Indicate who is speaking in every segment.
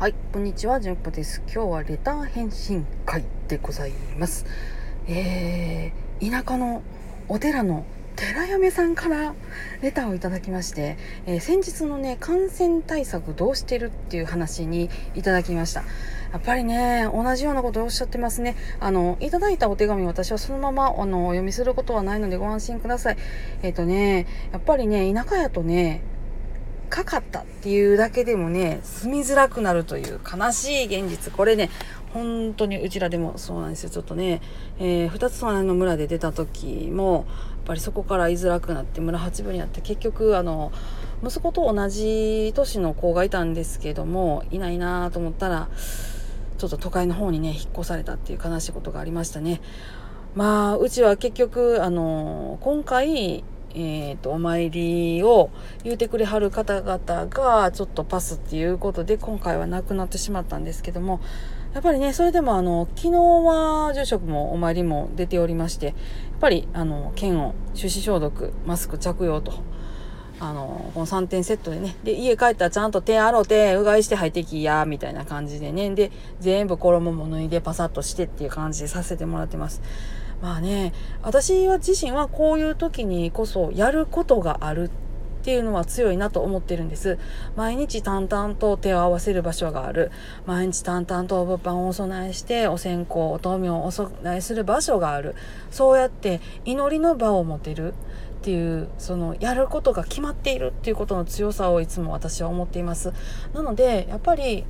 Speaker 1: はい、こんにちは、じゅんぽです。今日はレター返信会でございます。田舎のお寺の寺嫁さんからレターをいただきまして、先日のね、感染対策どうしてるっていう話にいただきました。やっぱりね、同じようなことをおっしゃってますね。いただいたお手紙、私はそのままお読みすることはないのでご安心ください。やっぱりね、田舎やとね、かかったっていうだけでもね、住みづらくなるという悲しい現実。これね、本当にうちらでもそうなんですよ。ちょっとね、二つ隣の村で出た時も、やっぱりそこから居づらくなって村八分になって、結局息子と同じ年の子がいたんですけども、いないなと思ったら、ちょっと都会の方にね、引っ越されたっていう悲しいことがありましたね。まあ、うちは結局、今回、お参りを言うてくれはる方々がちょっとパスっていうことで今回はなくなってしまったんですけども、やっぱりね、それでも昨日は住職もお参りも出ておりまして、やっぱり剣を手指消毒、マスク着用と、この3点セットでね、で、家帰ったらちゃんと手洗うて、うがいして入ってきや、みたいな感じでね、で、全部衣も脱いでパサッとしてっていう感じでさせてもらってます。まあね、私は自身はこういう時にこそやることがあるっていうのは強いなと思ってるんです。毎日淡々と手を合わせる場所がある。毎日淡々と物販をお供えして、お線香、お灯明をお供えする場所がある。そうやって祈りの場を持てるっていう、そのやることが決まっているっていうことの強さをいつも私は思っています。なので、やっぱり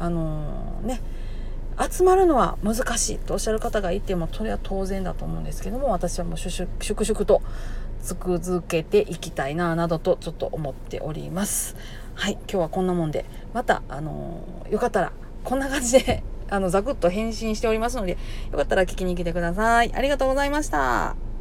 Speaker 1: 集まるのは難しいとおっしゃる方がいても、それは当然だと思うんですけども、私はもう粛々と続けていきたいなどとちょっと思っております。はい、今日はこんなもんで、またよかったらこんな感じでざくっと返信しておりますので、よかったら聞きに来てください。ありがとうございました。